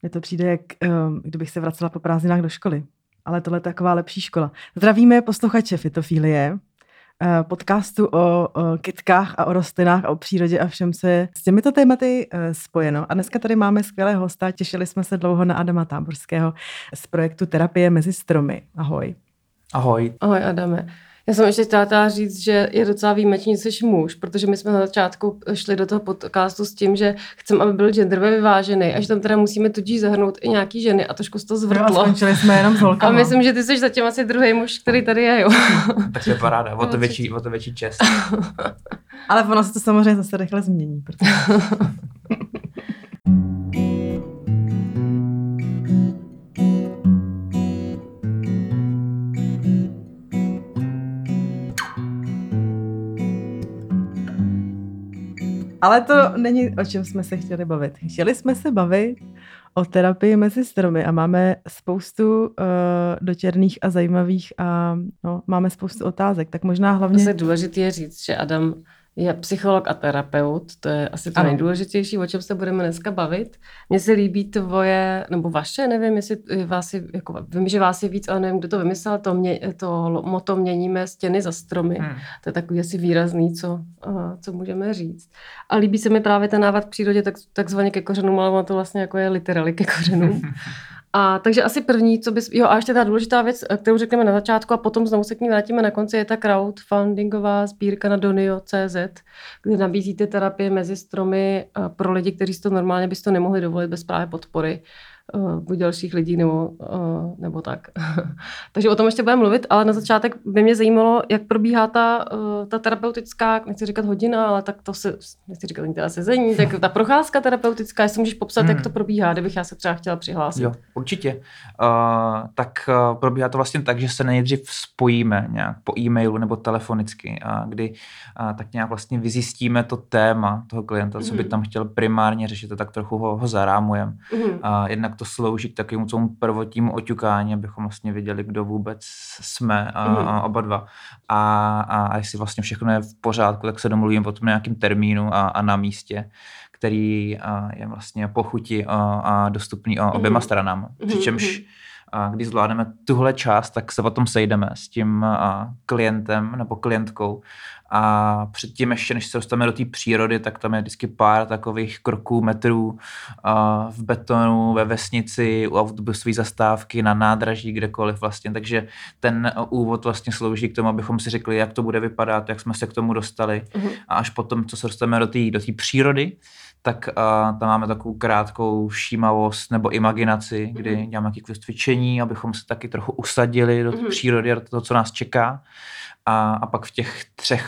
Mně to přijde, jak kdybych se vracela po prázdninách do školy. Ale tohle je taková lepší škola. Zdravíme posluchače Fitofilie, podcastu o kytkách a o rostlinách a o přírodě a všem, co je s těmito tématy spojeno. A dneska tady máme skvělého hosta. Těšili jsme se dlouho na Adama Táborského z projektu Terapie mezi stromy. Ahoj. Ahoj. Ahoj, Adame. Já jsem ještě chtěla říct, že je docela výjimečný, že jsi muž, protože my jsme na začátku šli do toho podcastu s tím, že chceme, aby byl genderově vyvážený a že tam teda musíme tudíž zahrnout i nějaký ženy a trošku se to zvrtlo. A skončili jsme jenom s holkama. A myslím, že ty jsi zatím asi druhý muž, který tady je, jo. Tak to je paráda, o to větší čest. Ale ono se to samozřejmě zase rychle změní. Protože... Ale to není, o čem jsme se chtěli bavit. Chtěli jsme se bavit o terapii mezi stromy a máme spoustu dotěrných a zajímavých a máme spoustu otázek, tak možná hlavně... To je důležité říct, že Adam je psycholog a terapeut, to je asi to nejdůležitější, o čem se budeme dneska bavit. Mně se líbí tvoje, nebo vaše, nevím, jestli vás je, jako, vím, že vás je víc, ale nevím, kdo to vymyslel, to moto měníme stěny za stromy. To je takový asi výrazný, co můžeme říct. A líbí se mi právě ten návrat k přírodě takzvaně ke kořenům, ale ono to vlastně jako je literally ke kořenům. A takže asi první, co bys... Jo, a ještě ta důležitá věc, kterou řekneme na začátku a potom znovu se k ní vrátíme na konci, je ta crowdfundingová sbírka na donio.cz, kde nabízíte terapie mezi stromy pro lidi, kteří si to normálně bys to nemohli dovolit bez právě podpory buď dalších lidí nebo tak. Takže o tom ještě budeme mluvit, ale na začátek by mě zajímalo, jak probíhá ta terapeutická, nechci říkat hodina, ale tak to se, nechci říkat ani teda sezení, tak ta procházka terapeutická, jestli můžeš popsat, jak to probíhá, kdybych já se třeba chtěla přihlásit. Jo, určitě. Tak probíhá to vlastně tak, že se nejdřív spojíme nějak po e-mailu nebo telefonicky, kdy tak nějak vlastně vyzjistíme to téma toho klienta, co by tam chtěl primárně řešit, a tak trochu ho zarámujeme. Jednak to slouží k takovému tomu prvotnímu oťukání, abychom vlastně věděli, kdo vůbec jsme oba dva. A jestli vlastně všechno je v pořádku, tak se domluvíme potom na nějakým termínu a na místě, který je vlastně po chuti a dostupný oběma stranám. Přičemž když zvládneme tuhle část, tak se potom sejdeme s tím klientem nebo klientkou a předtím ještě, než se dostaneme do té přírody, tak tam je vždycky pár takových kroků, metrů v betonu, ve vesnici, u autobusové zastávky, na nádraží, kdekoliv vlastně. Takže ten úvod vlastně slouží k tomu, abychom si řekli, jak to bude vypadat, jak jsme se k tomu dostali. A až potom, co se dostaneme do té přírody, tak tam máme takovou krátkou všímavost nebo imaginaci, kdy děláme nějaké cvičení, abychom se taky trochu usadili do té přírody a do toho, co nás čeká. A pak v těch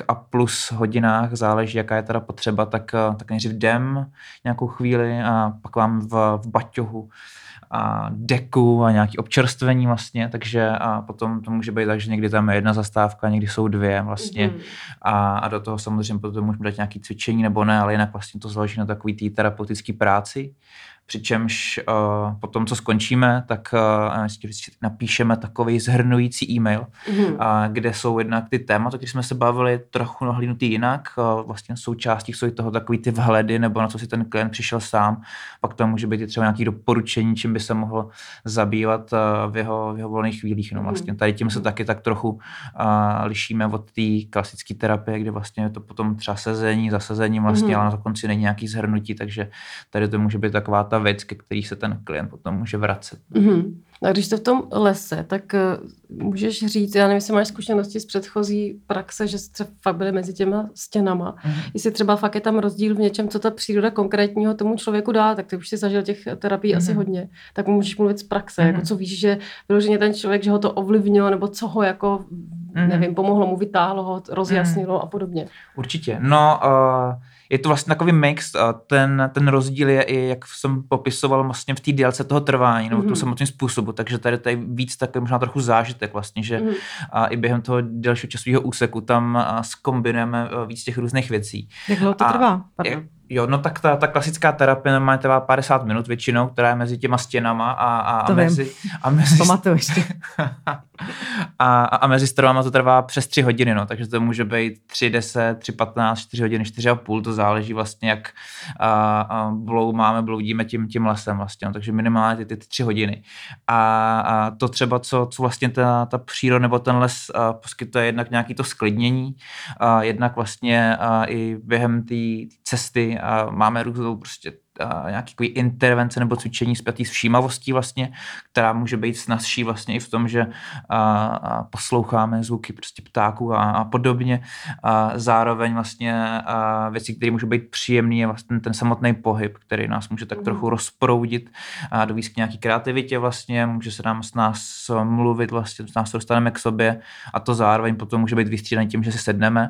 3+ hodinách, záleží, jaká je teda potřeba, tak nejdřív jdem nějakou chvíli a pak vám v baťohu a deku a nějaké občerstvení vlastně, takže a potom to může být tak, že někdy tam je jedna zastávka, někdy jsou dvě vlastně a do toho samozřejmě potom můžeme dát nějaké cvičení nebo ne, ale jinak vlastně to záleží na takový té terapeutické práci. Přičemž potom, co skončíme, tak napíšeme takový shrnující e-mail, kde jsou jednak ty témata, o kterých jsme se bavili, trochu nahlídnutý jinak. Vlastně součástí jsou toho takový ty vhledy, nebo na co si ten klient přišel sám. Pak to může být i třeba nějaké doporučení, čím by se mohl zabývat v jeho volných chvílích. No vlastně tady tím se taky tak trochu lišíme od té klasické terapie, kde vlastně je to potom třeba sezení, zasezení vlastně, ale na konci není nějaký shrnutí, takže tady to může být taková ta věc, ke který se ten klient potom může vracet. A když jste v tom lese, tak můžeš říct, já nevím, jestli máš zkušenosti z předchozí praxe, že jste fakt byli mezi těma stěnama. Jestli třeba fakt je tam rozdíl v něčem, co ta příroda konkrétního tomu člověku dá, tak ty už si zažil těch terapií asi hodně, tak můžeš mluvit z praxe, jako co víš, že vyloženě ten člověk, že ho to ovlivnilo, nebo co ho jako, nevím, pomohlo mu, vytáhlo ho, rozjasnilo a podobně. Určitě. No, je to vlastně takový mix, ten rozdíl je i, jak jsem popisoval vlastně v té délce toho trvání, nebo v tom samotném způsobu, takže tady je víc takový možná trochu zážitek vlastně, že i během toho delšího časového úseku tam zkombinujeme víc těch různých věcí. Jak dlouho to trvá? Jo, no tak ta klasická terapie normálně trvá 50 minut většinou, která je mezi těma stěnama a mezi Pamatuju ještě. a mezi stranama to trvá přes 3 hodiny, no, takže to může být 3:10, 3:15, 4 hodiny, 4,5, to záleží vlastně, jak bloudíme tím lesem vlastně, no, takže minimálně ty 3 hodiny. A to třeba, co vlastně ta příroda nebo ten les poskytuje jednak nějaký to sklidnění, jednak vlastně i během té cesty máme různou prostě nějaký intervence nebo cvičení spjatý s všímavostí vlastně, která může být snazší vlastně i v tom, že posloucháme zvuky prostě ptáků a podobně. Zároveň vlastně věci, které můžou být příjemné, je vlastně ten samotný pohyb, který nás může tak trochu rozproudit a dovést k nějaký kreativitě vlastně, může se nám s nás mluvit vlastně, s nás dostaneme k sobě a to zároveň potom může být vystřídaný tím, že si sedneme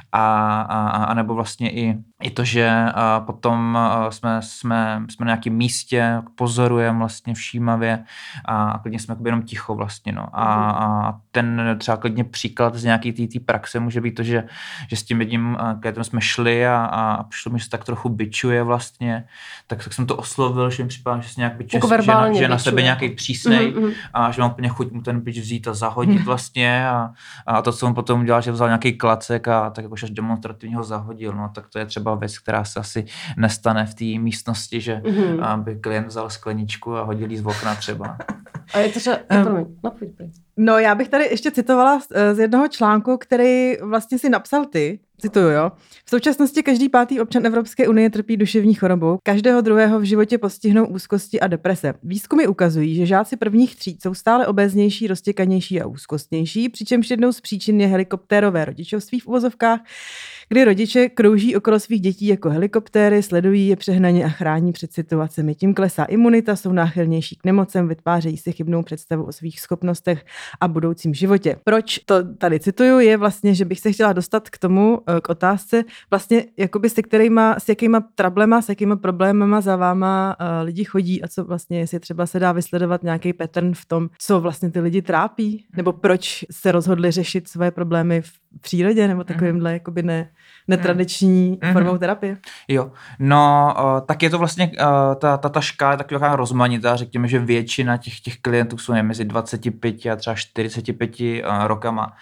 a nebo vlastně i to, že potom jsme na nějakém místě, pozorujeme vlastně všímavě a klidně jsme jenom ticho vlastně, no. A ten třeba klidně příklad z nějaký té praxe může být to, že s tím jedním klientem jsme šli a přišlo mi, že se tak trochu bičuje vlastně, tak jsem to oslovil, že mi připadá, že se nějak bičuje, že na sebe nějaký přísnej a že mám úplně chuť mu ten bič vzít a zahodit vlastně a to, co on potom udělal, že vzal nějaký klacek a tak jakož až demonstrativně ho zahodil, no, tak to je třeba věc, která se asi nestane v té místnosti, že by klient vzal skleničku a hodil jí z okna třeba. A je to třeba... No, já bych tady ještě citovala z jednoho článku, který vlastně si napsal ty. Cituju, jo. V současnosti každý 5. občan Evropské unie trpí duševní chorobou. Každého druhého v životě postihnou úzkosti a deprese. Výzkumy ukazují, že žáci prvních tříd jsou stále obéznější, roztěkanější a úzkostnější, přičemž jednou z příčin je helikoptérové rodičovství v uvozovkách, kdy rodiče krouží okolo svých dětí jako helikoptéry, sledují je přehnaně a chrání před situacemi. Tím klesá imunita, jsou náchylnější k nemocem, vytvářejí si chybnou představu o svých schopnostech a budoucím životě. Proč to tady cituju, je vlastně, že bych se chtěla dostat k tomu, k otázce, vlastně jakoby s jakýma trablema, s jakýma problémama za váma lidi chodí a co vlastně, jestli třeba se dá vysledovat nějaký pattern v tom, co vlastně ty lidi trápí, nebo proč se rozhodli řešit svoje problémy v přírodě, nebo takovýmhle jakoby netradiční formou terapie. Jo, no tak je to vlastně ta škála je taková rozmanitá, řekněme, že většina těch klientů jsou mezi 25 a třeba 45 rokama.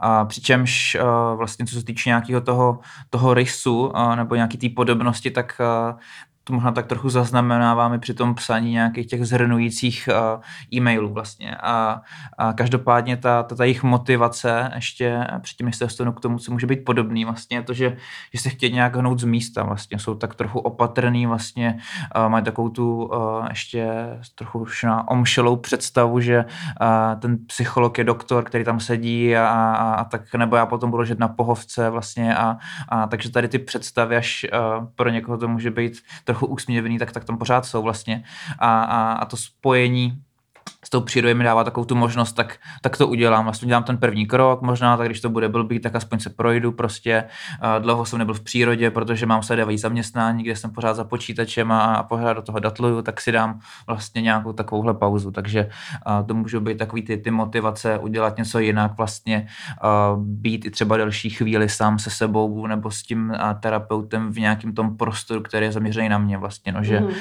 Přičemž vlastně co se týče nějakého toho rysu nebo nějaký té podobnosti, tak to možná tak trochu zaznamenáváme při tom psaní nějakých těch zhrnujících e-mailů vlastně. A každopádně ta jejich motivace ještě předtím, než se dostanu k tomu, co může být podobný, vlastně je to, že se chtějí nějak hnout z místa vlastně. Jsou tak trochu opatrný vlastně, mají takovou tu ještě trochu omšelou představu, že ten psycholog je doktor, který tam sedí a tak, nebo já potom budu ležet na pohovce vlastně a takže tady ty představy, až pro někoho to může být trochu úsměvný, tak tam pořád jsou vlastně. A to spojení s tou přírodou mi dává takovou tu možnost, tak to udělám. Vlastně dělám ten první krok, možná, tak když to bude blbý, tak aspoň se projdu prostě. Dlouho jsem nebyl v přírodě, protože mám sledovací zaměstnání, kde jsem pořád za počítačem a pořád do toho datluju, tak si dám vlastně nějakou takovouhle pauzu. Takže to můžou být takový ty motivace udělat něco jinak, vlastně být i třeba delší chvíli sám se sebou nebo s tím terapeutem v nějakém tom prostoru, který je zaměřený na mě vlastně, no, že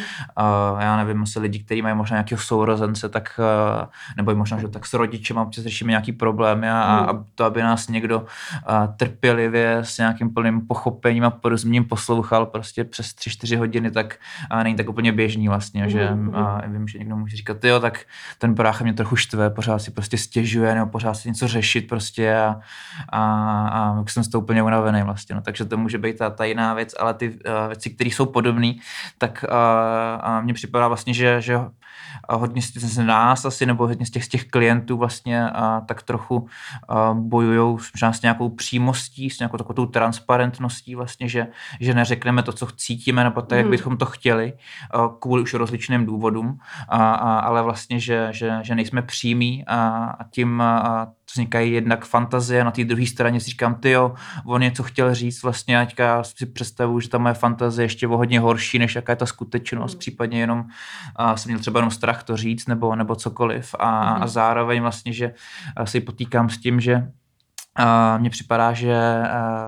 já nevím, asi lidi, kteří mají možná nějakého sourozence, tak nebo možná, že tak s rodičem občas řešíme nějaký problémy a to, aby nás někdo trpělivě s nějakým plným pochopením a porozuměním poslouchal prostě přes 3-4 hodiny, tak není tak úplně běžný vlastně, že vím, že někdo může říkat, jo, tak ten brácha mě trochu štve, pořád si prostě stěžuje nebo pořád si něco řešit prostě a jsem z toho úplně unavený vlastně, no, takže to může být ta jiná věc, ale ty věci, které jsou podobné, tak mně připadá vlastně, že hodně z nás asi, nebo hodně z těch klientů vlastně tak trochu bojujou s nějakou přímostí, s nějakou takovou transparentností vlastně, že neřekneme to, co cítíme, nebo tak, jak bychom to chtěli, kvůli už rozličným důvodům, ale vlastně, že nejsme přímí a tím vznikají jednak fantazie, na té druhé straně si říkám, tyjo, on něco chtěl říct vlastně, ať já si představuju, že ta moje fantazie ještě o hodně horší, než jaká je ta skutečnost, případně jenom jsem měl třeba jenom strach to říct, nebo cokoliv a zároveň vlastně, že si potýkám s tím, že mně připadá, že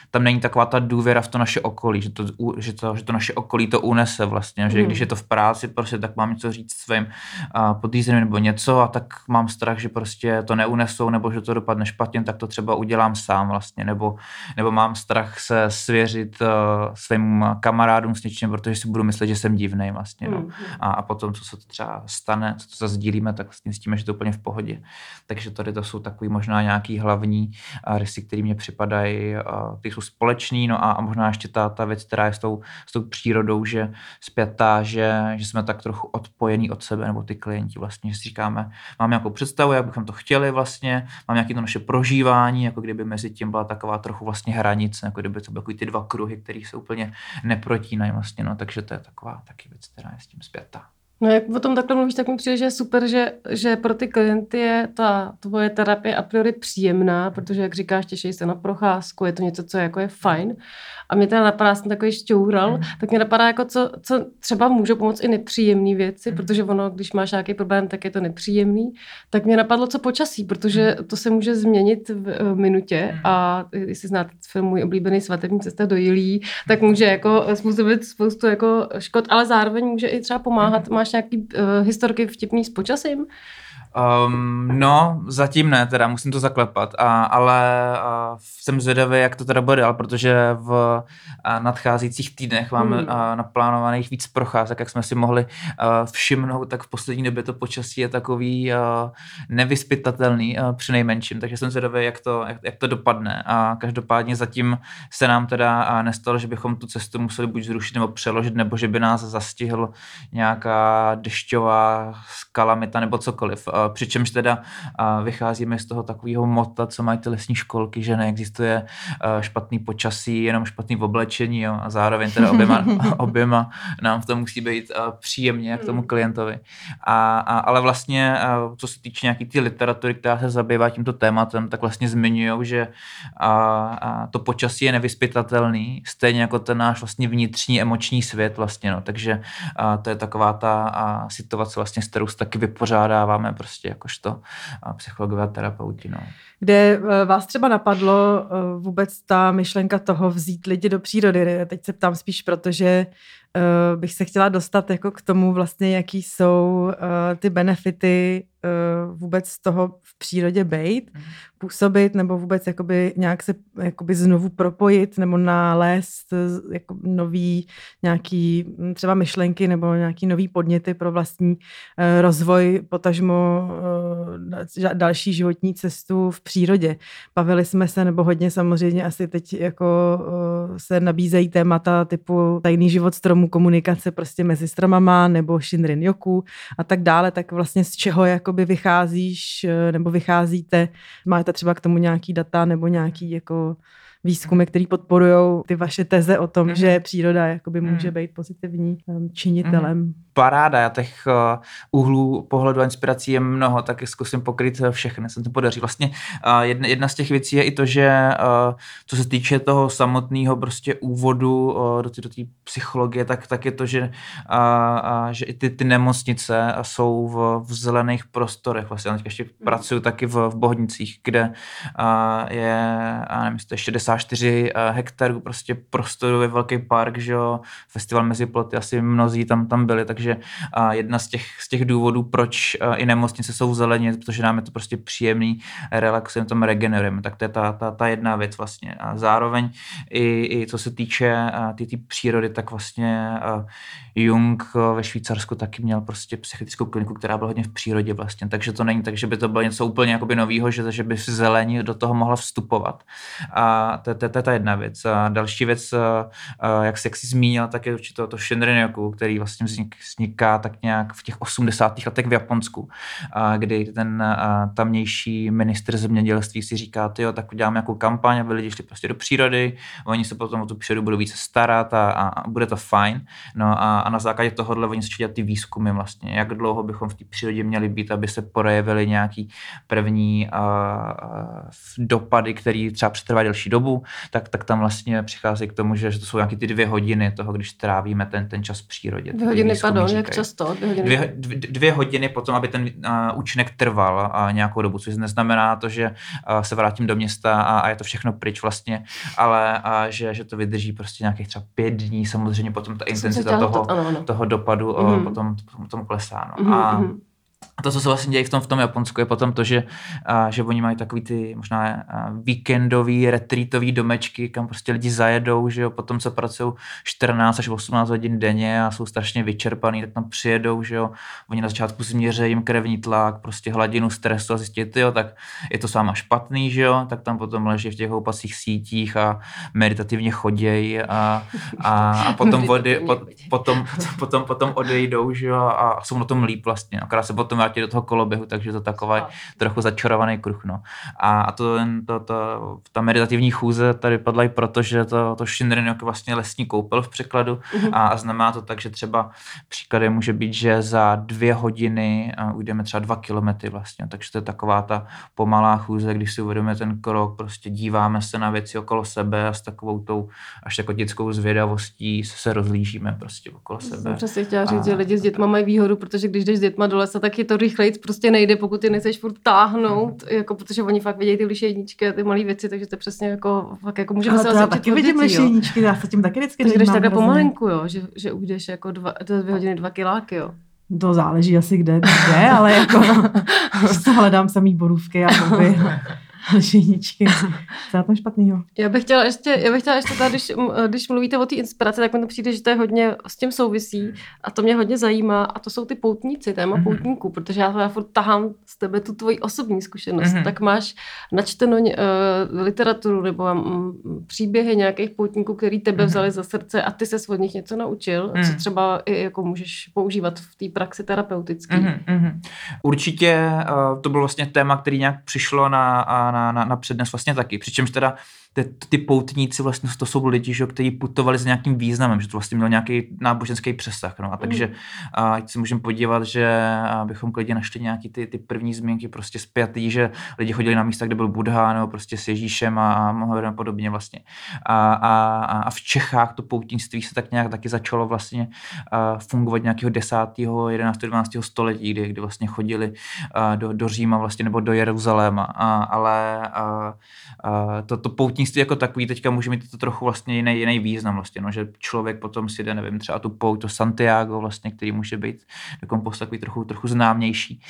tam není taková ta důvěra v to naše okolí, že to naše okolí to unese vlastně, že když je to v práci, prostě tak mám něco říct svým podřízeným nebo něco a tak mám strach, že prostě to neunesou nebo že to dopadne špatně, tak to třeba udělám sám vlastně, nebo mám strach se svěřit svým kamarádům s něčím, protože si budu myslet, že jsem divnej vlastně, no. A potom, co se to třeba stane, co to zazdílíme, tak vlastně zjistíme, že to je úplně v pohodě. Takže tady to jsou takový možná nějaký hlavní rysy, které mě připadají, ty jsou společný, no a možná ještě ta věc, která je s tou přírodou, že zpětá, že jsme tak trochu odpojení od sebe, nebo ty klienti vlastně, že si říkáme, mám nějakou představu, jak bychom to chtěli vlastně, mám nějaké to naše prožívání, jako kdyby mezi tím byla taková trochu vlastně hranice, jako kdyby to byly ty dva kruhy, které se úplně neprotínají vlastně, no, takže to je taková taky věc, která je s tím zpětá. No jak o tom takhle mluvíš, tak mi přijde, že je super, že pro ty klienty je ta tvoje terapie a priori příjemná, protože jak říkáš, těší se na procházku, je to něco, co jako je fajn. A mě teda napadá, jsem takový šťoural, tak mě napadá, jako co třeba může pomoct i nepříjemné věci, protože ono, když máš nějaký problém, tak je to nepříjemný. Tak mě napadlo, co počasí, protože to se může změnit v minutě a jestli znáte film Můj oblíbený svatební cesta do Jilí, tak může jako způsobit spoustu jako škod, ale zároveň může i třeba pomáhat. Máš nějaký historky vtipný s počasím? No, zatím ne, teda musím to zaklepat, ale jsem zvědavý, jak to teda bude dál, protože v nadcházejících týdnech máme naplánovaných víc procházek, jak jsme si mohli všimnout, tak v poslední době to počasí je takový nevyzpytatelný přinejmenším, takže jsem zvědavý, jak to dopadne a každopádně zatím se nám teda nestalo, že bychom tu cestu museli buď zrušit nebo přeložit, nebo že by nás zastihl nějaká dešťová kalamita nebo cokoliv. Přičemž teda vycházíme z toho takového motta, co mají ty lesní školky, že neexistuje špatný počasí, jenom špatný oblečení, jo, a zároveň teda oběma nám v tom musí být příjemně k tomu klientovi. Ale vlastně, co se týče nějaký ty literatury, která se zabývá tímto tématem, tak vlastně zmiňujou, že to počasí je nevyzpytatelný, stejně jako ten náš vlastně vnitřní emoční svět vlastně, no. Takže to je taková ta situace vlastně, s kterou se taky vypořádáváme prostě jakožto psychologové a terapeuti. No. Kde vás třeba napadlo vůbec ta myšlenka toho vzít lidi do přírody? Teď se ptám spíš, protože bych se chtěla dostat jako k tomu vlastně, jaký jsou ty benefity vůbec z toho v přírodě bejt, působit nebo vůbec jakoby nějak se jakoby znovu propojit nebo nalézt jako nový nějaký třeba myšlenky nebo nějaký nový podněty pro vlastní rozvoj, potažmo další životní cestu v přírodě. Bavili jsme se, nebo hodně samozřejmě asi teď jako se nabízejí témata typu tajný život stromů, komunikace prostě mezi stromama nebo Shinrin-yoku a tak dále, tak vlastně z čeho jakoby vycházíš nebo vycházíte, máte třeba k tomu nějaký data nebo nějaký jako výzkumy, který podporujou ty vaše teze o tom, že příroda jakoby může být pozitivní činitelem. Paráda, já těch úhlů pohledu a inspirací je mnoho, tak zkusím pokryt všechny, se to podaří. Vlastně jedna z těch věcí je i to, že co se týče toho samotného prostě úvodu do té psychologie, tak je to, že i ty nemocnice jsou v zelených prostorech. Vlastně já ještě pracuju taky v Bohodnicích, kde je, nevím, 64 hektarů prostě prostoru, je velký park, že jo, festival mezi ploty, asi mnozí tam byli, takže jedna z těch důvodů, proč i nemocnice jsou v zeleně, protože nám je to prostě příjemný, relaxujeme, tam regenerujeme, tak to je ta jedna věc vlastně. A zároveň i co se týče ty přírody, tak vlastně Jung ve Švýcarsku taky měl prostě psychiatrickou kliniku, která byla hodně v přírodě vlastně, takže to není tak, že by to bylo něco úplně jakoby novýho, že by zeleň do toho mohla vstupovat. A to je ta jedna věc. A další věc, jak jsi zmínil, tak je určitě to Shinrin-yoku, který vlastně vzniká tak nějak v těch 80. letech v Japonsku, kdy ten tamnější ministr zemědělství si říká, tyjo, tak uděláme nějakou kampaň, aby lidi šli prostě do přírody, oni se potom o tu přírodu budou více starat a bude to fajn. No a na základě tohohle oni začali dělat ty výzkumy vlastně, jak dlouho bychom v té přírodě měli být, aby se projevily nějaký první dopady, které třeba přetrvají delší dobu, tak tam vlastně přichází k tomu, že to jsou nějaké ty 2 hodiny toho, když trávíme ten čas v přírodě. 2 hodiny, pardon, jak často? 2 hodiny? 2 hodiny potom, aby ten účinek trval nějakou dobu, což neznamená to, že se vrátím do města a je to všechno pryč vlastně, ale že to vydrží prostě nějakých třeba 5 dní, samozřejmě potom ta intenzita toho dopadu potom klesá. No. A to, co se vlastně děje v tom Japonsku, je potom to, že oni mají takový ty možná víkendový, retreatový domečky, kam prostě lidi zajedou, že jo, potom se pracují 14 až 18 hodin denně a jsou strašně vyčerpaný, tak tam přijedou, že jo, oni na začátku změří jim krevní tlak, prostě hladinu stresu a zjistí, jo, tak je to sáma špatný, že jo, tak tam potom leží v těch houpacích sítích a meditativně chodějí a potom odejdou, že jo, a jsou na tom líp vlastně, akorát se potom vrátí do toho koloběhu, takže to takový trochu začarovaný kruh. No. A ta meditativní chůze tady padla i proto, že to Shinrin jako vlastně lesní koupel v překladu a znamená to tak, že třeba příkladem může být, že za 2 hodiny ujdeme třeba 2 kilometry vlastně, takže to je taková ta pomalá chůze, když si uvědomíme ten krok, prostě díváme se na věci okolo sebe a s takovou tou až jako dětskou zvědavostí se rozlížíme prostě okolo sebe. Jsem přesně chtěla říct, že lidi s dětma mají výhodu, protože když jdeš s dětma do lesa, tak je to rychlejc prostě nejde, pokud ty nechceš furt táhnout, jako, protože oni fakt vidějí ty lišejníčky a ty malé věci, takže to je přesně jako, fakt jako můžeme se vlastně taky vidím lišejníčky, já se tím taky vždycky takže jdeš takhle pomalinku, jo, že ujdeš jako 2 hodiny 2 kiláky, jo. To záleží asi kde, ale jako se hledám samý borůvky a houby. Lišejničky. Co je na tom špatnýho? Já bych chtěla ještě tady, když mluvíte o té inspiraci, tak mi to přijde, že to je hodně s tím souvisí a to mě hodně zajímá a to jsou ty poutníci, téma poutníků, protože já furt tahám z tebe tu tvoji osobní zkušenost. Tak máš načteno literaturu nebo příběhy nějakých poutníků, který tebe vzali za srdce a ty ses od nich něco naučil, co třeba i jako můžeš používat v té praxi terapeutické. Určitě to bylo vlastně téma, který nějak přišlo na přednes vlastně taky. Přičemž teda ty poutníci vlastně to jsou lidi, že, kteří putovali s nějakým významem, že to vlastně mělo nějaký náboženský přesah. No. A takže ať se můžeme podívat, že bychom klidně našli nějaký ty první zmínky prostě zpětý, že lidi chodili na místa, kde byl Buddha nebo prostě s Ježíšem a Mohamedem podobně vlastně. A v Čechách to poutnictví se tak nějak taky začalo vlastně fungovat nějakého 10., 11., 12. století, kdy vlastně chodili do Říma vlastně nebo do Jeruzaléma. Ale to poutnictví jako takový teďka může mít to trochu vlastně jiný význam vlastně, no, že člověk potom si jde, nevím, třeba tu pouť do Santiago vlastně, který může být dokonce takový trochu známější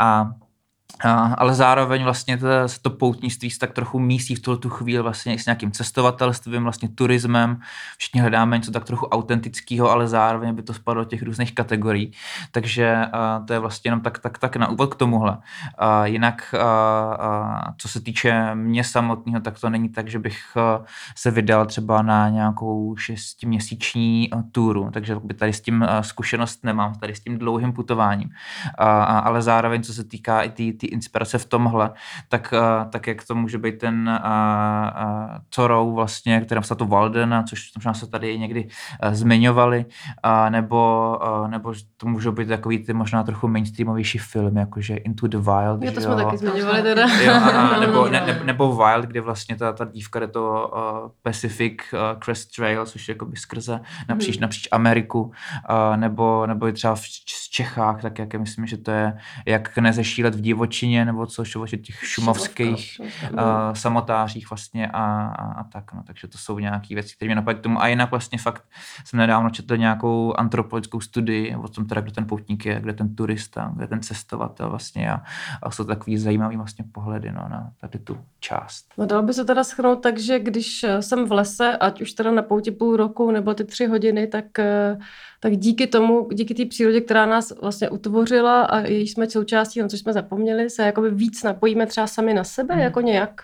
ale zároveň vlastně to poutnictví se tak trochu mísí v tu chvíli vlastně i s nějakým cestovatelstvím, vlastně turismem. Všichni hledáme něco tak trochu autentického, ale zároveň by to spadlo do těch různých kategorií. Takže to je vlastně jenom tak na úvod k tomuhle. Jinak, co se týče mě samotného, tak to není tak, že bych se vydal třeba na nějakou 6měsíční túru, takže tady s tím zkušenost nemám, tady s tím dlouhým putováním. Ale zároveň, co se týká i ty inspirace v tomhle, tak jak to může být ten Thoreau vlastně, který napsal to Walden, což možná se tady někdy zmiňovali, nebo to můžou být takový ty možná trochu mainstreamovější film, jakože Into the Wild. Jo, to jsme taky zmiňovali teda. Jo, nebo Wild, kde vlastně ta dívka jde to Pacific Crest Trail, což je jakoby skrze napříč Ameriku, nebo i třeba v Čechách, tak jak myslím, že to je jak nezešílet v divočině, nebo co těch šumovských samotářích vlastně a tak, no. Takže to jsou nějaké věci, které mě napadají k tomu. A jinak vlastně fakt jsem nedávno četl nějakou antropologickou studii o tom teda, kdo ten poutník je, kde ten turista, kde ten cestovatel vlastně a jsou takový zajímavý vlastně pohledy, no, na tady tu část. No, dalo by se teda shrnout tak, že když jsem v lese, ať už teda na pouti půl roku nebo ty 3 hodiny, tak díky té přírodě, která nás vlastně utvořila a jejíž jsme součástí, na což jsme zapomněli, se jakoby víc napojíme třeba sami na sebe, jako nějak.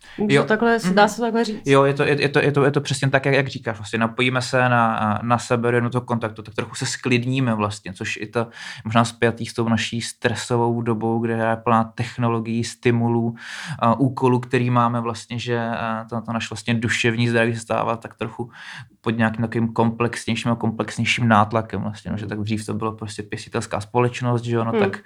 Dá se takhle říct? Jo, je to přesně tak, jak říkáš. Vlastně napojíme se na sebe do jednoho kontaktu, tak trochu se sklidníme vlastně, což i to možná spjatý s tou naší stresovou dobou, kde je plná technologií, stimulů, úkolů, který máme vlastně, že to naše vlastně duševní zdraví se stává tak trochu pod nějakým takovým komplexnějším nátlakem vlastně, no, že tak dřív to bylo prostě pěstitelská společnost, že jo, no tak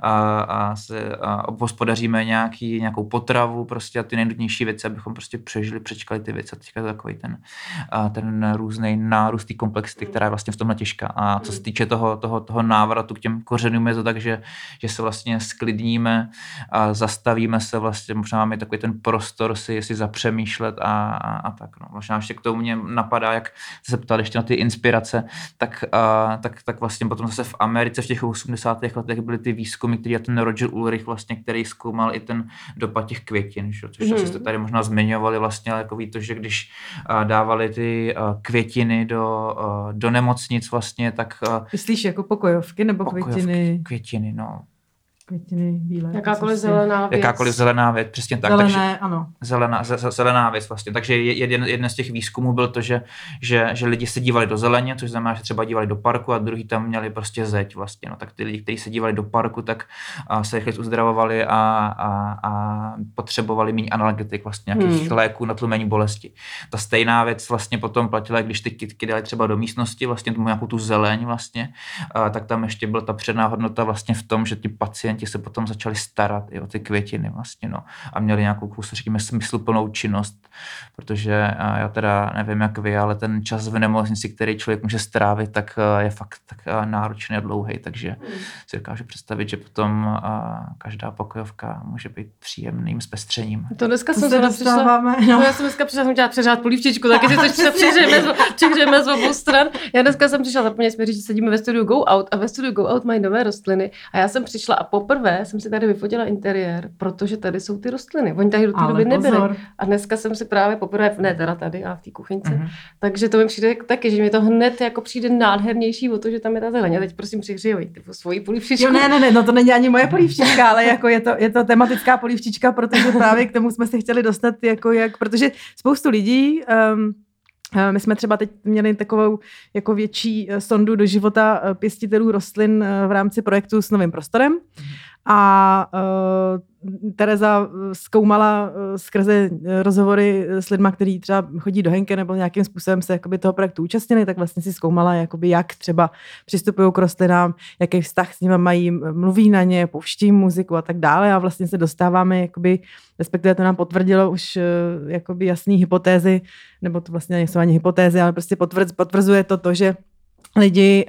obhospodaříme nějakou potravu prostě a ty nejnutnější věci, abychom prostě přečkali ty věci. A teďka to takový ten různý nárůst té komplexity, která je vlastně v tomhle těžká. A co se týče toho návratu k těm kořenům, je to tak, že se vlastně sklidníme a zastavíme se vlastně, možná máme takový ten prostor si zapřemýšlet a tak. No. Možná ještě k tomu mě napadá, jak se ptal ještě na ty inspirace, tak vlastně potom zase v Americe v těch 80. letech byly ty výzkumy, který a ten Roger Ulrich vlastně, který zkoumal i ten dopad těch květin, že? Což asi jste tady možná zmiňovali vlastně, ale jako ví to, že když dávali ty květiny do nemocnic vlastně, tak... Myslíš jako pokojovky nebo květiny? Květiny, no. Květiny bílé. Jakákoliv zelená věc. Jakákoliv zelená věc, přesně tak. Zelené, takže, ano. Zelená věc vlastně. Takže jeden z těch výzkumů byl to, že lidi se dívali do zeleně, což znamená, že třeba dívali do parku a druhý tam měli prostě zeď vlastně. No, tak ty lidi, kteří se dívali do parku, tak se rychle uzdravovali a potřebovali méně analgetik, vlastně nějakých léků na tlumení bolesti. Ta stejná věc vlastně potom platila, když ty kytky dali třeba do místnosti, vlastně tomu nějakou tu zeleň vlastně, tak tam ještě byla ta předná hodnota vlastně v tom, že ti pacienti se potom začali starat i o ty květiny vlastně, no. A měli nějakou, řekněme, smysluplnou činnost, protože já teda nevím, jak vy, ale ten čas v nemocnici, který člověk může strávit, tak je fakt tak náročný a dlouhý, takže si dokážu představit, že potom každá pokojovka může být příjemným zpestřením. To dneska jsem přišla. No, já jsem dneska přišla, jsem chtěla přeřát polívčičku, taky si coś přihřejeme z obou stran. Já dneska jsem přišla, zapomněli jsme říct, že sedíme ve studiu Go Out a ve studiu Go Out mají nové rostliny a já jsem přišla a poprvé jsem si tady vyfotila interiér, protože tady jsou ty rostliny. Oni tady do té doby nebyly. A dneska jsem si právě poprvé, ne teda tady, a v té kuchyňce. Takže to mi přijde taky, že mi to hned jako přijde nádhernější o to, že tam je ta zeleň. A teď prosím přihřejuj svoji polívčičku. Jo, ne, no to není ani moje polívčička, ale jako je to tematická polívčička, protože právě k tomu jsme se chtěli dostat, protože spoustu lidí my jsme třeba teď měli takovou jako větší sondu do života pěstitelů rostlin v rámci projektu S novým prostorem a Tereza zkoumala skrze rozhovory s lidma, kteří třeba chodí do Henke nebo nějakým způsobem se jakoby toho projektu účastnili, tak vlastně si zkoumala, jakoby jak třeba přistupují k rostlinám, jaký vztah s nimi mají, mluví na ně, pouští muziku a tak dále a vlastně se dostáváme, jakoby, respektive to nám potvrdilo už jakoby jasný hypotézy, nebo to vlastně nejsou ani hypotézy, ale prostě potvrzuje to, že lidi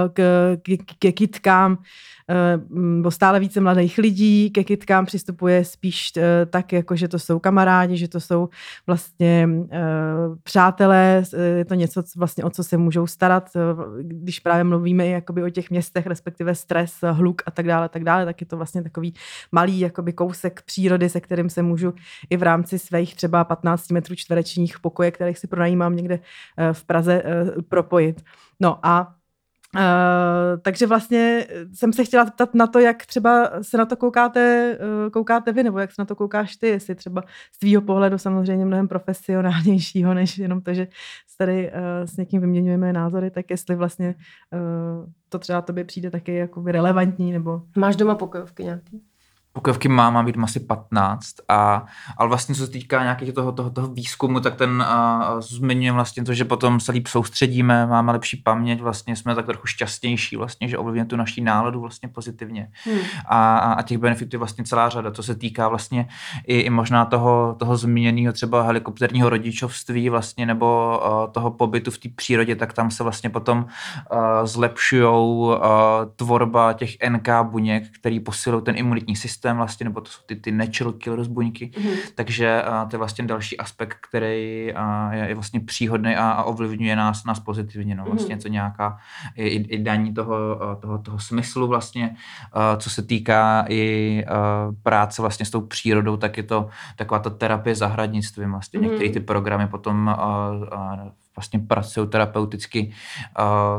ke kytkám, bo stále více mladých lidí ke kytkám přistupuje spíš tak, jako že to jsou kamarádi, že to jsou vlastně přátelé, je to něco, vlastně, o co se můžou starat, když právě mluvíme jakoby o těch městech, respektive stres, hluk a tak dále, tak je to vlastně takový malý jakoby kousek přírody, se kterým se můžu i v rámci svých třeba 15 metrů čtverečních pokoje, kterých si pronajímám někde v Praze, propojit. No a takže vlastně jsem se chtěla ptat na to, jak třeba se na to koukáte vy, nebo jak se na to koukáš ty, jestli třeba z tvýho pohledu samozřejmě mnohem profesionálnějšího, než jenom to, že tady s někým vyměňujeme názory, tak jestli vlastně to třeba tobě přijde taky jako relevantní, nebo... Máš doma pokojovky nějaký? Pokojovky mám jít asi 15, ale vlastně co se týká nějakých toho výzkumu, tak ten zmiňuje vlastně to, že potom se líp soustředíme, máme lepší paměť, vlastně jsme tak trochu šťastnější, vlastně, že ovlivňuje tu naší náladu vlastně pozitivně. A těch benefitů je vlastně celá řada, co se týká vlastně i možná toho zmíněného třeba helikopterního rodičovství vlastně, nebo toho pobytu v té přírodě, tak tam se vlastně potom zlepšujou tvorba těch NK buněk, který posilují ten imunitní systém vlastně, nebo to jsou ty natural killer buňky, takže to je vlastně další aspekt, který je vlastně příhodný a ovlivňuje nás pozitivně, no, vlastně to nějaká i daní toho smyslu vlastně, co se týká i práce vlastně s tou přírodou, tak je to taková ta terapie zahradnictvím vlastně, některé ty programy potom vlastně pracují terapeuticky s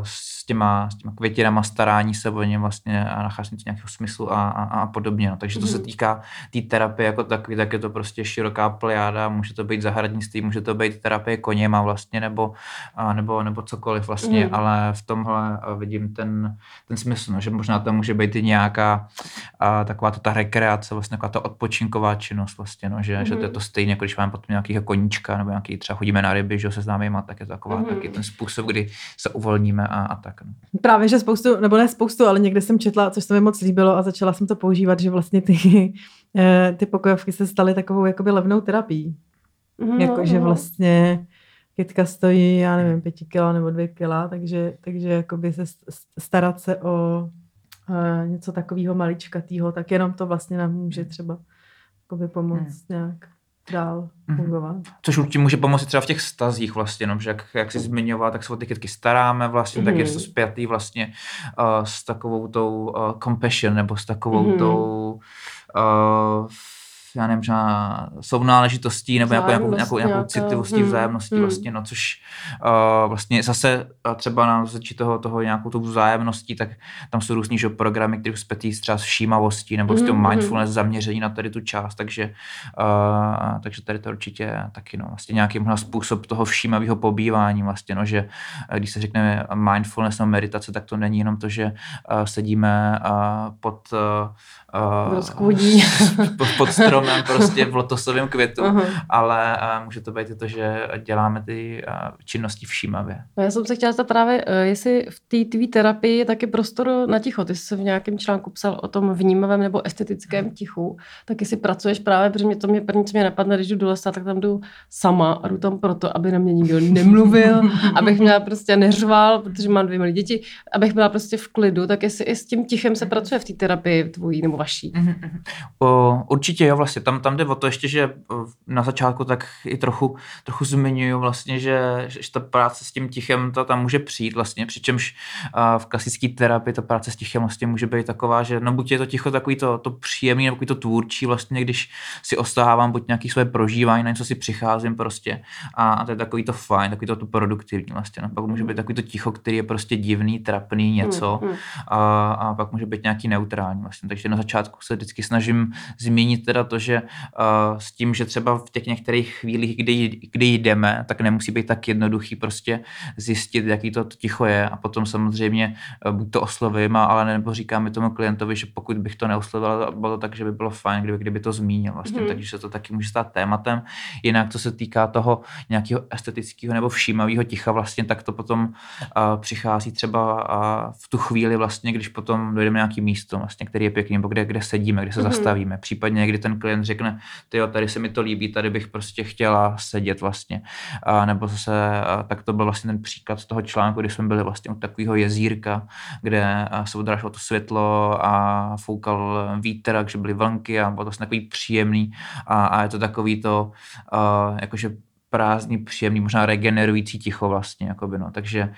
těma květinama, starání se o ně vlastně a nacházení nějakého smyslu a podobně. No. Takže to se týká té terapie jako takový, tak je to prostě široká plejáda, může to být zahradnictví, může to být terapie koněma vlastně, nebo cokoliv vlastně, ale v tomhle vidím ten smysl, no, že možná tam může být i nějaká taková ta rekreace, vlastně taková ta odpočinková činnost vlastně, no, že to je to stejně, jako když máme potom nějakého koníčka, nebo nějaký třeba chodíme na ryby, že se známýma, tak je to taková taky ten způsob, kdy se uvolníme a tak. No. Právě, že spoustu, nebo ne spoustu, ale někde jsem četla, což se mi moc líbilo a začala jsem to používat, že vlastně ty pokojovky se staly takovou jakoby levnou terapií. Jakože vlastně kytka stojí, já nevím, 5 kila nebo 2 kila, takže jakoby se starat se o něco takového maličkatýho, tak jenom to vlastně nám může třeba jakoby pomoct nějak dál fungovat. Což určitě může pomoct třeba v těch vztazích vlastně, no, že jak jsi zmiňoval, tak se o ty kytky staráme vlastně, tak je to spjatý vlastně s takovou tou compassion, nebo s takovou tou já nevím, sounáležitostí nebo nějakou citlivostí, vzájemností vlastně, no, což vlastně zase třeba na začít toho nějakou tou vzájemností, tak tam jsou různý programy, které zpětí třeba s všímavostí nebo s tím mindfulness zaměření na tady tu část, takže tady to určitě taky, no, vlastně nějaký možná způsob toho všímavého pobývání vlastně, no, že když se řekne mindfulness nebo meditace, tak to není jenom to, že sedíme pod stromem prostě v lotosovém květu, ale může to být i to, že děláme ty činnosti všímavě. No, já jsem se chtěla zeptat právě, jestli v té tvý terapii je taky prostor na ticho. Ty jsi v nějakém článku psal o tom vnímavém nebo estetickém tichu, tak jestli pracuješ právě, protože mě to první, co mě napadne, když jdu do lesa, tak tam jdu sama a jdu tam proto, aby na mě nikdo nemluvil, abych měla prostě neřval, protože mám 2 malé děti, abych byla prostě v klidu, tak jestli i s tím tichem se pracuje v té terapii tvojí nebo vaší. Určitě jo, vlastně tam jde o to ještě, že na začátku tak i trochu zmiňuju vlastně, že ta práce s tím tichem tam může přijít vlastně, přičemž v klasické terapii ta práce s tichem vlastně může být taková, že no buď je to ticho takový to příjemný, nebo takový to tvůrčí vlastně, když si ostávám buď nějaký své prožívání, na něco si přicházím prostě a to je takový to fajn, takový to produktivní vlastně, no. Pak může být takový to ticho, který je prostě divný, trapný něco a pak může být nějaký neutrální vlastně, takže na začátku se vždycky snažím zmínit teda to, že s tím, že třeba v těch některých chvílích, kdy jdeme, tak nemusí být tak jednoduchý prostě zjistit, jaký to ticho je a potom samozřejmě buď to oslovím, ale nebo říkáme tomu klientovi, že pokud bych to neoslovil, bylo to tak, že by bylo fajn, kdyby to zmínil vlastně, takže se to taky může stát tématem. Jinak, co se týká toho nějakého estetického nebo všímavého ticha vlastně, tak to potom přichází třeba v tu chvíli vlastně, když potom dojdeme na nějaký místo vlastně, který je pěkný, nebo kde sedíme, kde se zastavíme. Případně, kdy ten klient řekne, tyjo, tady se mi to líbí, tady bych prostě chtěla sedět vlastně. Nebo zase, tak to byl vlastně ten příklad z toho článku, kdy jsme byli vlastně u takového jezírka, kde se odráželo to světlo a foukal vítr, takže byly vlnky a bylo to vlastně takový příjemný a je to takový to, jakože prázdný, příjemný, možná regenerující ticho vlastně, jakoby, no. Takže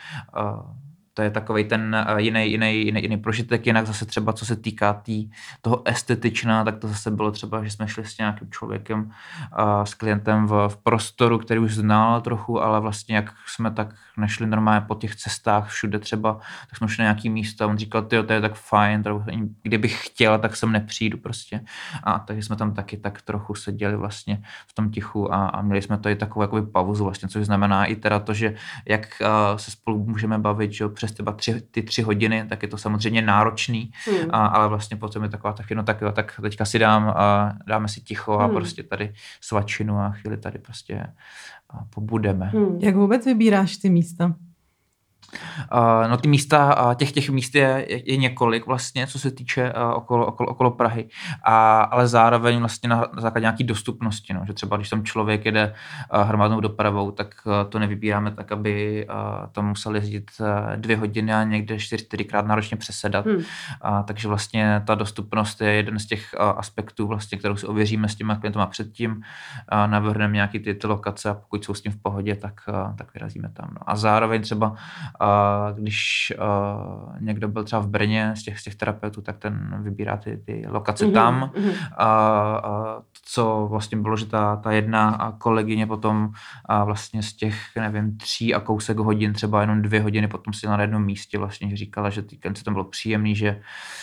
to je takovej ten jiný prožitek, jinak zase třeba, co se týká toho estetična, tak to zase bylo třeba, že jsme šli s nějakým člověkem, s klientem v prostoru, který už znal trochu, ale vlastně jak jsme tak nešli normálně po těch cestách všude třeba, tak jsme šli na nějaký místo a on říkal, tyjo, to je tak fajn, kdybych chtěla, tak sem nepřijdu prostě. A takže jsme tam taky tak trochu seděli vlastně v tom tichu a měli jsme tady takovou jakoby pauzu vlastně, což znamená i teda to, že jak se spolu můžeme bavit, že přes třeba ty 3 hodiny, tak je to samozřejmě náročný, ale vlastně potom je taková tak teďka si dáme si ticho a prostě tady svačinu a chvíli tady prostě pobudeme. Jak vůbec vybíráš ty místa? No ty místa, těch míst je několik vlastně, co se týče okolo Prahy, ale zároveň vlastně na základě nějaký dostupnosti, no, že třeba když tam člověk jede hromadnou dopravou, tak to nevybíráme tak, aby tam musel jezdit 2 hodiny a někde 4krát náročně přesedat. Takže vlastně ta dostupnost je jeden z těch aspektů, vlastně, kterou si ověříme s těma klientama předtím, navrhneme nějaký ty lokace a pokud jsou s tím v pohodě, tak vyrazíme tam. No. A zároveň třeba když někdo byl třeba v Brně z těch terapeutů, tak ten vybírá ty lokace tam. Co vlastně bylo, že ta jedna kolegyně potom vlastně z těch, nevím, 3 a kousek hodin, třeba jenom 2 hodiny potom si na jednom místě vlastně, že říkala, že ty klient tam bylo příjemný, že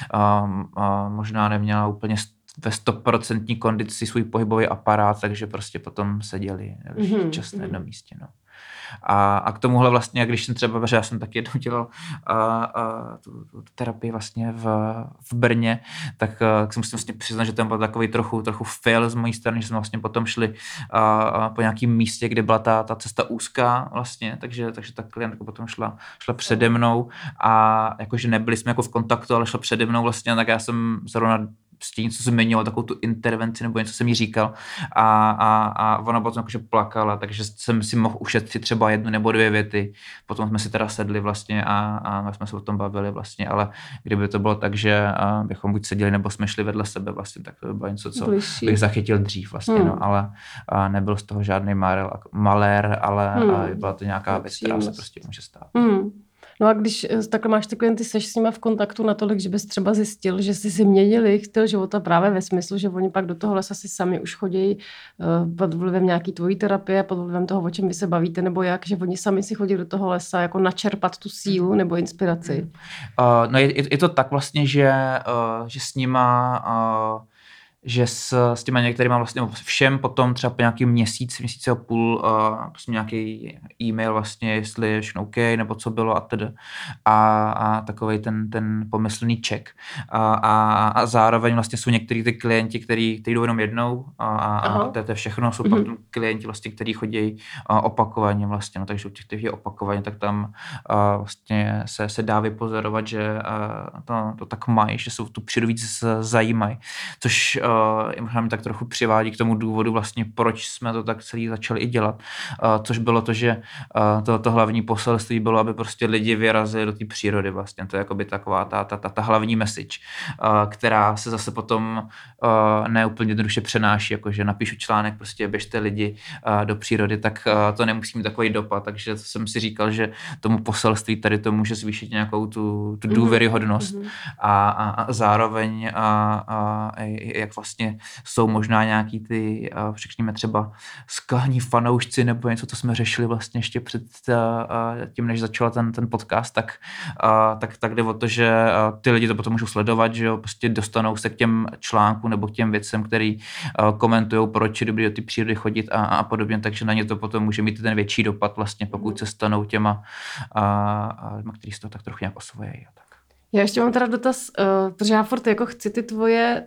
možná neměla úplně ve 100% kondici svůj pohybový aparát, takže prostě potom seděli čas na jednom místě. No. A k tomuhle vlastně, když jsem třeba, že já jsem taky jednou dělal tu terapii vlastně v Brně, tak jsem si vlastně přiznal, že tam byl takový trochu fail z mojí strany, že jsme vlastně potom šli po nějakém místě, kde byla ta cesta úzká vlastně, takže ta klientka potom šla přede mnou a jakože nebyli jsme jako v kontaktu, ale šla přede mnou vlastně, tak já jsem zrovna s tím, co jsem měnil, takovou tu intervenci nebo něco jsem jí říkal a ona potom jakože plakala, takže jsem si mohl ušetřit třeba 1 nebo 2 věty. Potom jsme si teda sedli vlastně a jsme se o tom bavili vlastně, ale kdyby to bylo tak, že bychom buď seděli nebo jsme šli vedle sebe vlastně, tak to by bylo něco, co bych zachytil dřív vlastně, no, ale nebyl z toho žádný malér, ale byla to nějaká věc, která se prostě může stát. No a když takhle máš ty klienty, seš s nimi v kontaktu natolik, že bys třeba zjistil, že si změnili jejich styl života právě ve smyslu, že oni pak do toho lesa si sami už chodí pod vlivem nějaký tvojí terapie, pod vlivem toho, o čem vy se bavíte, nebo jak, že oni sami si chodí do toho lesa jako načerpat tu sílu nebo inspiraci? No je to tak vlastně, že s nima že s těma některýma vlastně všem potom třeba po nějaký měsíc a půl prostě nějaký e-mail vlastně, jestli je všechno OK, nebo co bylo a tedy. A takovej ten pomyslný check. A zároveň vlastně jsou některý ty klienti, kteří jdou jenom jednou a to je všechno. Jsou pak klienti vlastně, kteří chodí opakovaně vlastně, no, takže u těch, kteří opakovaně, tak tam vlastně se dá vypozorovat, že to tak mají, že jsou tu přírodu víc zajímají. Což možná mi tak trochu přivádí k tomu důvodu vlastně, proč jsme to tak celý začali i dělat. Což bylo to, že to hlavní poselství bylo, aby prostě lidi vyrazili do té přírody vlastně. To je jakoby taková ta hlavní message, která se zase potom neúplně jednoduše přenáší, jakože napíšu článek, prostě běžte lidi do přírody, tak to nemusí mít takový dopad. Takže jsem si říkal, že tomu poselství tady to může zvýšit nějakou tu důvěryhodnost a zároveň jak vlastně jsou možná nějaký ty, řekněme třeba skalní fanoušci nebo něco, co jsme řešili vlastně ještě před tím, než začal ten podcast, tak jde o to, že ty lidi to potom můžou sledovat, že jo, prostě dostanou se k těm článkům nebo k těm věcem, který komentujou, proč je dobrý do ty přírody chodit a podobně, takže na ně to potom může mít ten větší dopad vlastně, pokud se stanou těma, kteří se to tak trochu nějak osvojejí. Já ještě mám teda dotaz, protože já furt jako chci ty tvoje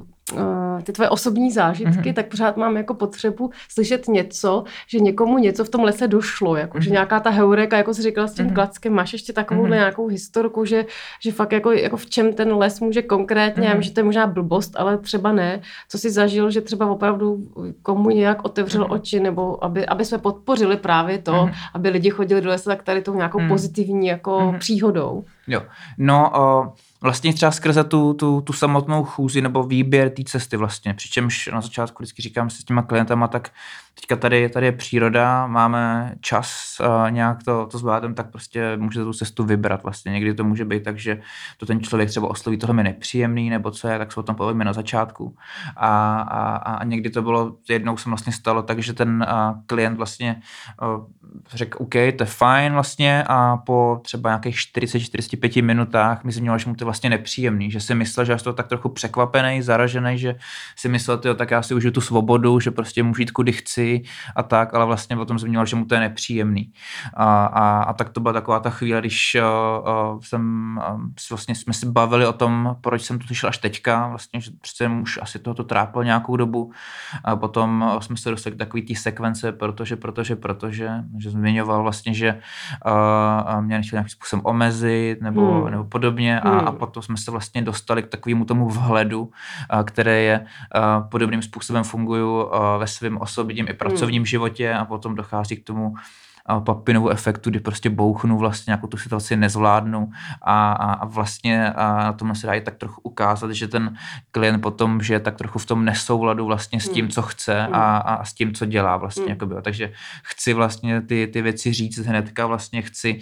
osobní zážitky, tak pořád mám jako potřebu slyšet něco, že někomu něco v tom lese došlo, jako, že nějaká ta heureka, jako jsi říkala s tím klackem, máš ještě takovouhle nějakou historku, že fakt jako v čem ten les může konkrétně, já vím, že to je možná blbost, ale třeba ne, co jsi zažil, že třeba opravdu komu nějak otevřel oči, nebo aby jsme podpořili právě to, aby lidi chodili do lesa tak tady tou nějakou pozitivní jako příhodou. Jo, no vlastně třeba skrze tu samotnou chůzi nebo výběr té cesty vlastně, přičemž na začátku vždycky říkám se s těma klientama, tak teďka tady je příroda, máme čas nějak to zvládnem, tak prostě můžete tu cestu vybrat vlastně. Někdy to může být tak, že to ten člověk třeba osloví, tohle mi nepříjemný, nebo co je, tak se o tom povíme na začátku. A někdy to bylo, jednou se vlastně stalo tak, že ten klient vlastně řekl, OK, to je fajn vlastně a po třeba nějakých 40-45 minutách mi zmínilo, že mu to je vlastně nepříjemný, že si myslel, že já jsem to tak trochu překvapený, zaražený, že si myslel, tak já si užiju tu svobodu, že prostě můžu jít kudy chci a tak, ale vlastně potom zmínil, že mu to je nepříjemný. A tak to byla taková ta chvíle, když vlastně jsme si bavili o tom, proč jsem to slyšel až teďka, vlastně, že přece už asi tohoto trápilo nějakou dobu. A potom jsme se dostali k takový té sekvence, protože že zmiňoval vlastně, že mě nechtěl nějakým způsobem omezit nebo podobně a potom jsme se vlastně dostali k takovému tomu vhledu, které je podobným způsobem fungují ve svém osobním i pracovním životě a potom dochází k tomu Papinovu efektu, kdy prostě bouchnu vlastně nějakou tu situaci nezvládnu a vlastně na tom se dá i tak trochu ukázat, že ten klient potom žije tak trochu v tom nesouladu vlastně s tím, co chce a s tím, co dělá vlastně. Jakoby. Takže chci vlastně ty věci říct hnedka, vlastně chci,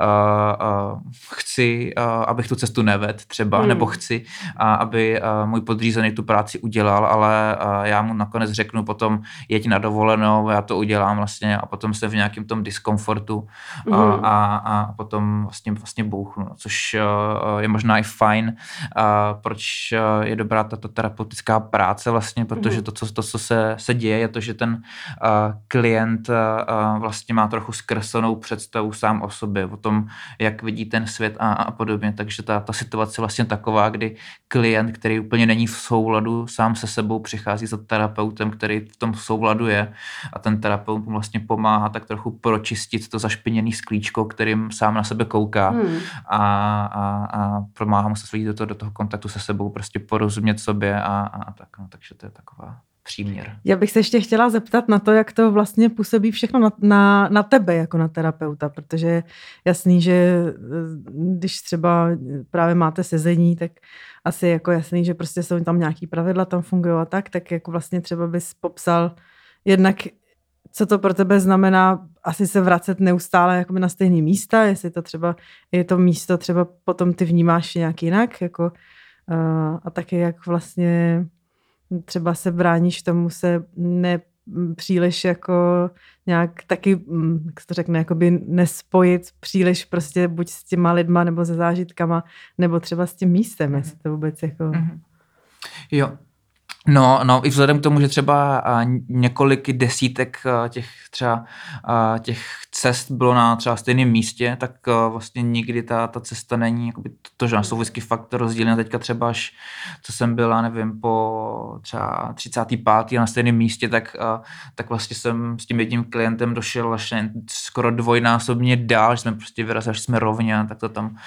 abych tu cestu nevedl třeba, nebo chci, aby můj podřízený tu práci udělal, ale já mu nakonec řeknu potom, jeď na dovolenou, já to udělám vlastně a potom jsem v nějakém tom diskomfortu a potom vlastně bouchnu, což je možná i fajn, proč je dobrá tato terapeutická práce vlastně, protože to, co se děje, je to, že ten klient vlastně má trochu zkreslenou představu sám o sobě, o tom, jak vidí ten svět a podobně, takže ta situace je vlastně taková, kdy klient, který úplně není v souladu sám se sebou, přichází za terapeutem, který v tom souladu je a ten terapeut mu vlastně pomáhá tak trochu pročistit to zašpiněný sklíčko, kterým sám na sebe kouká a pomáhá mu se svít do toho kontaktu se sebou, prostě porozumět sobě a tak, no, takže to je taková příměr. Já bych se ještě chtěla zeptat na to, jak to vlastně působí všechno na tebe jako na terapeuta, protože je jasný, že když třeba právě máte sezení, tak asi jako jasný, že prostě jsou tam nějaký pravidla, tam fungují a tak jako vlastně třeba bys popsal jednak, co to pro tebe znamená asi se vracet neustále jakoby na stejné místa, jestli to třeba je to místo, třeba potom ty vnímáš nějak jinak, jako, a taky jak vlastně třeba se bráníš tomu se nepříliš jako nějak taky, jak se to řekne, jakoby nespojit příliš prostě buď s těma lidma nebo se zážitkama, nebo třeba s tím místem, jestli to vůbec jako... Jo. No, i vzhledem k tomu, že třeba několik desítek těch cest bylo na třeba stejném místě, tak vlastně nikdy ta cesta není, jakoby to, že jsou vždycky fakt rozdílné. Teďka třeba až, co jsem byl, nevím, po třeba 35. na stejném místě, tak vlastně jsem s tím jedním klientem došel až skoro dvojnásobně dál, že jsme prostě vyrazili, že jsme rovně, tak to tam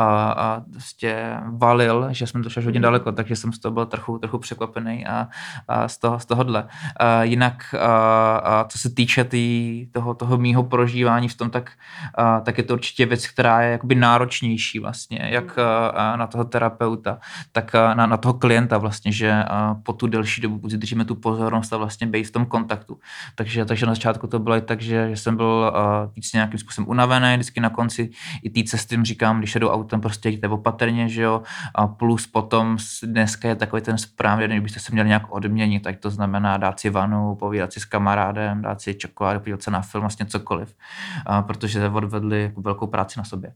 prostě valil, že jsme došli až hodně daleko, takže jsem z toho byl trochu překvapený a z tohohle. Jinak, co se týče toho mýho prožívání v tom, tak je to určitě věc, která je jakoby náročnější vlastně, jak na toho terapeuta, tak na toho klienta vlastně, že po tu delší dobu udržíme tu pozornost a vlastně být v tom kontaktu. Takže na začátku to bylo i tak, že jsem byl víc nějakým způsobem unavený, vždycky na konci i té cesty říkám, když jedu autem, prostě jděte opatrně, že jo, a plus potom dneska je takový ten správný den, kdybyste se měli nějak odměnit, tak to znamená dát si vanu, povídat si s kamarádem, dát si čokoládu, podívat se na film, vlastně cokoliv, protože odvedli jako velkou práci na sobě.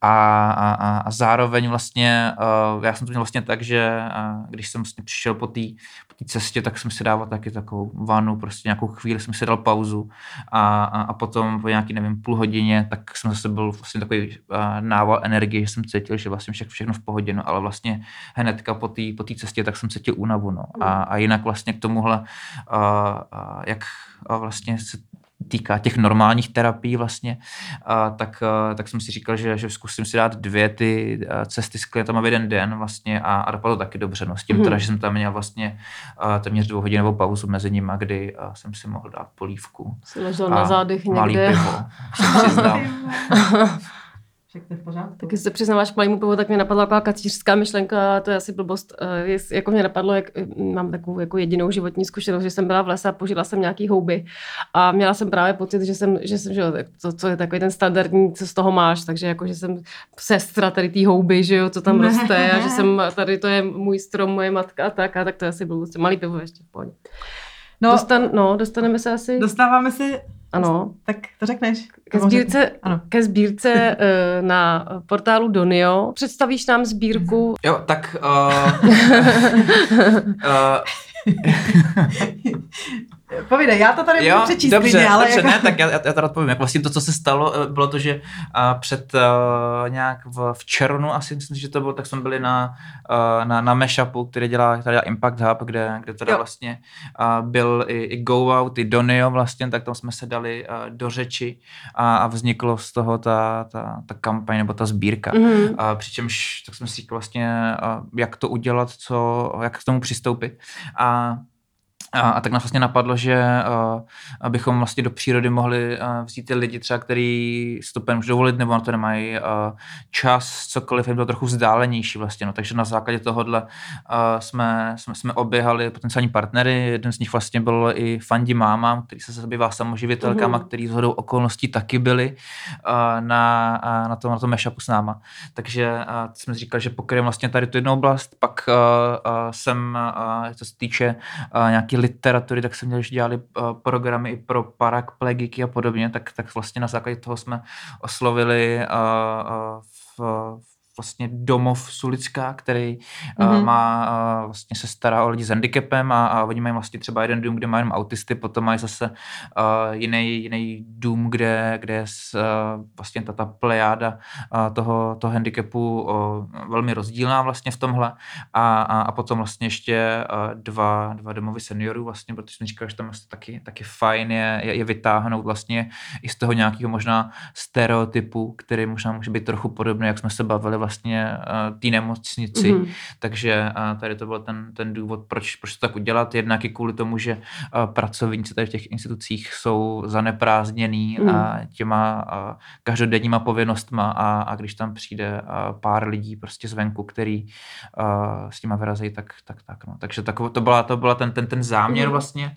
A zároveň vlastně, já jsem to měl vlastně tak, že když jsem vlastně přišel po té cestě, tak jsem si dával taky takovou vanu, prostě nějakou chvíli jsem si dal pauzu a potom po nějaký, nevím, půl hodině, tak jsem zase byl vlastně takový nával energie, že jsem cítil, že vlastně všechno v pohodě, no, ale vlastně hnedka po té cestě, tak jsem cítil únavu, no. A jinak vlastně k tomuhle, jak vlastně se týká těch normálních terapií vlastně, tak jsem si říkal, že zkusím si dát 2 ty cesty s klientama v jeden den vlastně a dopadlo taky dobře. No, s tím teda, že jsem tam měl vlastně téměř 2hodinovou pauzu mezi nimi, kdy jsem si mohl dát polívku. Jsi ležel na zádech někde. Malý pivo, jsem přiznal. Všechno v pořádku. Tak když se přiznáváš k malému pivu, tak mě napadla taková kacířská myšlenka, to je asi blbost. Jako mě napadlo, jak mám takovou jako jedinou životní zkušenost, že jsem byla v lese a požila jsem nějaký houby a měla jsem právě pocit, že jsem že jo, to je takový ten standardní, co z toho máš, takže jako, že jsem sestra tady té houby, že jo, co tam roste a že jsem tady, to je můj strom, moje matka a tak to je asi blbost. Malý pivo ještě v pohodě. Dostaneme se asi. Dostáváme si. Ano. Tak to řekneš. Ke sbírce na portálu Donio. Představíš nám sbírku? Jo, tak... Povídej, já to tady můžu přečíst. Dobře, ale jako... ne, tak já to odpovím. Jak vlastně to, co se stalo, bylo to, že před nějak v červnu, asi myslím, že to bylo, tak jsme byli na Mashupu, který dělá Impact Hub, kde teda vlastně byl i Go Out, i Donio vlastně, tak tam jsme se dali do řeči a vzniklo z toho ta kampaň nebo ta sbírka. Přičemž tak jsme si říkali vlastně, jak to udělat, jak k tomu přistoupit. A tak nás vlastně napadlo, že abychom vlastně do přírody mohli vzít ty lidi třeba, který si to můžou dovolit, nebo na to nemají čas, cokoliv, jim to trochu vzdálenější vlastně. No. Takže na základě tohohle jsme oběhali potenciální partnery. Jeden z nich vlastně byl i Fandi Máma, který se zabývá samoživitelkama, který shodou okolností taky byli na tom mashupu s náma. Takže jsme říkali, že pokryjeme vlastně tady tu jednu oblast, pak co se týče nějaký literatury, tak jsem měl, že dělali programy i pro paraplegiky a podobně, tak vlastně na základě toho jsme oslovili vlastně domov Sulická, který vlastně se stará o lidi s handicapem a oni mají vlastně třeba jeden dům, kde mají jenom autisty, potom mají zase jiný dům, kde je vlastně ta plejáda toho handicapu velmi rozdílná vlastně v tomhle a potom vlastně ještě dva domovy seniorů vlastně, protože jsem říkal, že tam vlastně taky fajn je vytáhnout vlastně i z toho nějakého možná stereotypu, který možná může být trochu podobný, jak jsme se bavili vlastně té nemocnici, takže tady to byl ten důvod, proč to tak udělat, jednak i kvůli tomu, že pracovníci tady v těch institucích jsou zaneprázdněný těma každodenníma povinnostma a když tam přijde pár lidí prostě zvenku, který s těma vyrazejí, tak no. Takže to byla ten záměr vlastně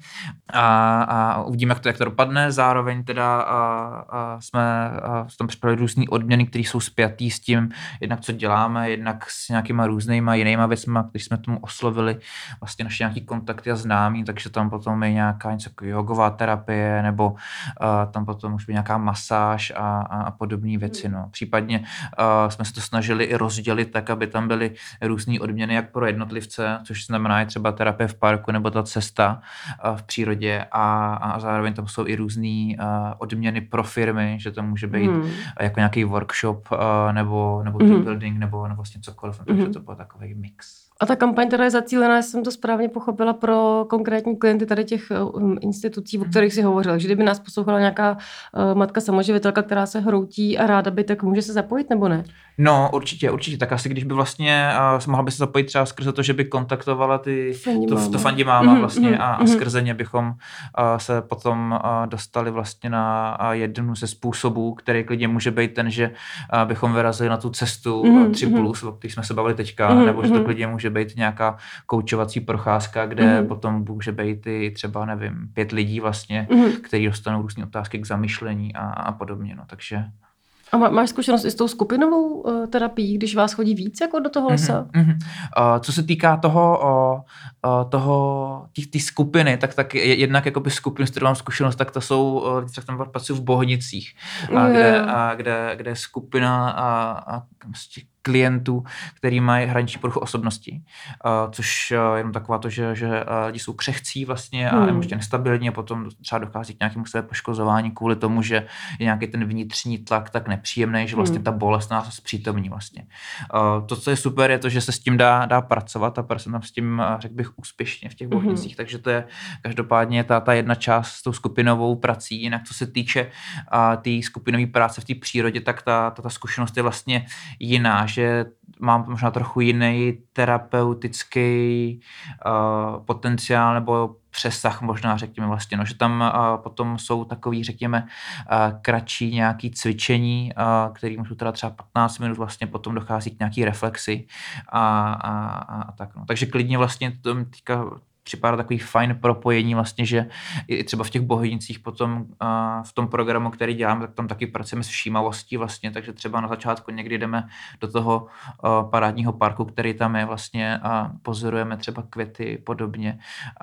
a uvidíme, jak to dopadne, zároveň teda jsme v tom připravili různý odměny, které jsou spjatý s tím, jednak co děláme, jednak s nějakýma různýma jinýma věcma, když jsme tomu oslovili vlastně naše nějaký kontakty a známí, takže tam potom je nějaká něco jako jogová terapie, nebo tam potom už by nějaká masáž a podobné věci. No. Případně jsme se to snažili i rozdělit tak, aby tam byly různé odměny jak pro jednotlivce, což znamená třeba terapie v parku nebo ta cesta v přírodě a zároveň tam jsou i různé odměny pro firmy, že to může být jako nějaký workshop nebo team building nebo vlastně cokoliv, takže to byl takový mix. A ta kampaň teda je zacílená, jestli jsem to správně pochopila, pro konkrétní klienty tady těch institucí, o kterých si hovořil. Že kdyby nás poslouchala nějaká matka samoživitelka, která se hroutí a ráda by, tak může se zapojit nebo ne? No, určitě. Tak asi když by vlastně mohla by se zapojit třeba skrze to, že by kontaktovala to Fandi Máma vlastně a skrze ně bychom se potom dostali vlastně na jeden ze způsobů, který klidně může být ten, že bychom vyrazili na tu cestu 3+, o kterých jsme se bavili teďka, nebo že to klidně může být nějaká koučovací procházka, kde potom může být i třeba, nevím, 5 lidí vlastně, kteří dostanou různé otázky k zamyšlení a podobně, no, takže... A máš zkušenost i s tou skupinovou terapií, když vás chodí víc jako do toho lesa? Co se týká té skupiny, tak jednak jakoby skupiny, s kterou mám zkušenost, tak to jsou, tak tam pracuji v Bohnicích, kde je skupina klientů, který mají hraniční poruchu osobnosti, což je jenom taková to, že lidi jsou křehcí vlastně a emočně nestabilní a potom třeba dochází k nějakému své poškozování kvůli tomu, že je nějaký ten vnitřní tlak tak nepříjemný, že vlastně ta bolest nás zpřítomní vlastně. To, co je super, je to, že se s tím dá pracovat a jsem tam s tím, řekl bych, úspěšně v těch Bohnicích, takže to je každopádně ta jedna část s tou skupinovou prací. Jinak co se týče té skupinové práce v té přírodě, tak ta zkušenost je vlastně jiná, že mám možná trochu jiný terapeutický potenciál nebo přesah možná, řekněme vlastně, no, že tam potom jsou takový, řekněme, kratší nějaký cvičení, který můžou teda třeba 15 minut, vlastně potom dochází k nějaký reflexi a tak. No. Takže klidně vlastně to připadá takový fajn propojení vlastně, že i třeba v těch Bohnicích potom v tom programu, který děláme, tak tam taky pracujeme s všímavostí vlastně, takže třeba na začátku někdy jdeme do toho parádního parku, který tam je vlastně a pozorujeme třeba květy podobně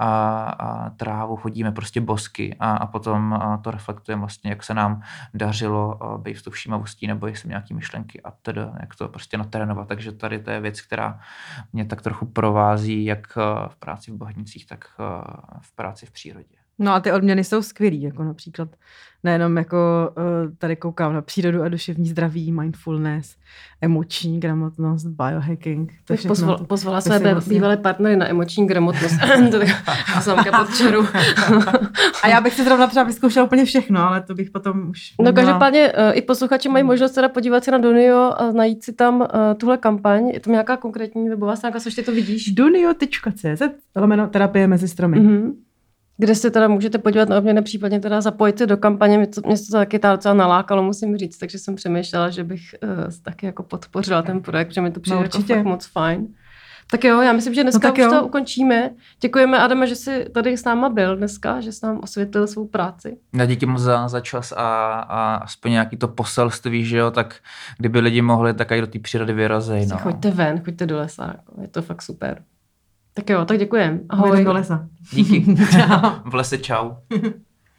a trávu, chodíme prostě bosky a potom to reflektujeme vlastně, jak se nám dařilo být v tu všímavostí nebo jestli nějaký myšlenky a teda, jak to prostě natrénovat, takže tady to je věc, která mě tak trochu provází jak v práci v Bohnicích, tak v práci v přírodě. No a ty odměny jsou skvělý, jako například nejenom jako tady koukám na přírodu a duševní zdraví, mindfulness, emoční gramotnost, biohacking. Pozvala své bývalé partnery na emoční gramotnost. To je samka pod čaru. A já bych si zrovna třeba vyzkoušela úplně všechno, ale to bych potom už... No každopádně i posluchači mají možnost teda podívat se na Dunio a najít si tam tuhle kampaň. Je to nějaká konkrétní webová stránka, což ty to vidíš? dunio.cz /terapie mezi stromy. kde se teda můžete podívat na odměny, případně teda zapojit se do kampaně. Mě to taky docela nalákalo, musím říct, takže jsem přemýšlela, že bych taky jako podpořila ten projekt, že mi to přijde jako fakt moc fajn. Tak jo, já myslím, že dneska už to ukončíme. Děkujeme, Adame, že jsi tady s náma byl dneska, že jsi nám osvětlil svou práci. Já díky moc za čas a aspoň nějaký to poselství, že jo, tak kdyby lidi mohli, tak i do té přírody vyrazej. No. Choďte ven, choďte do lesa, jako, je to fakt super. Tak jo, tak děkujem. Ahoj. Jdem do lesa. Díky. V lese čau.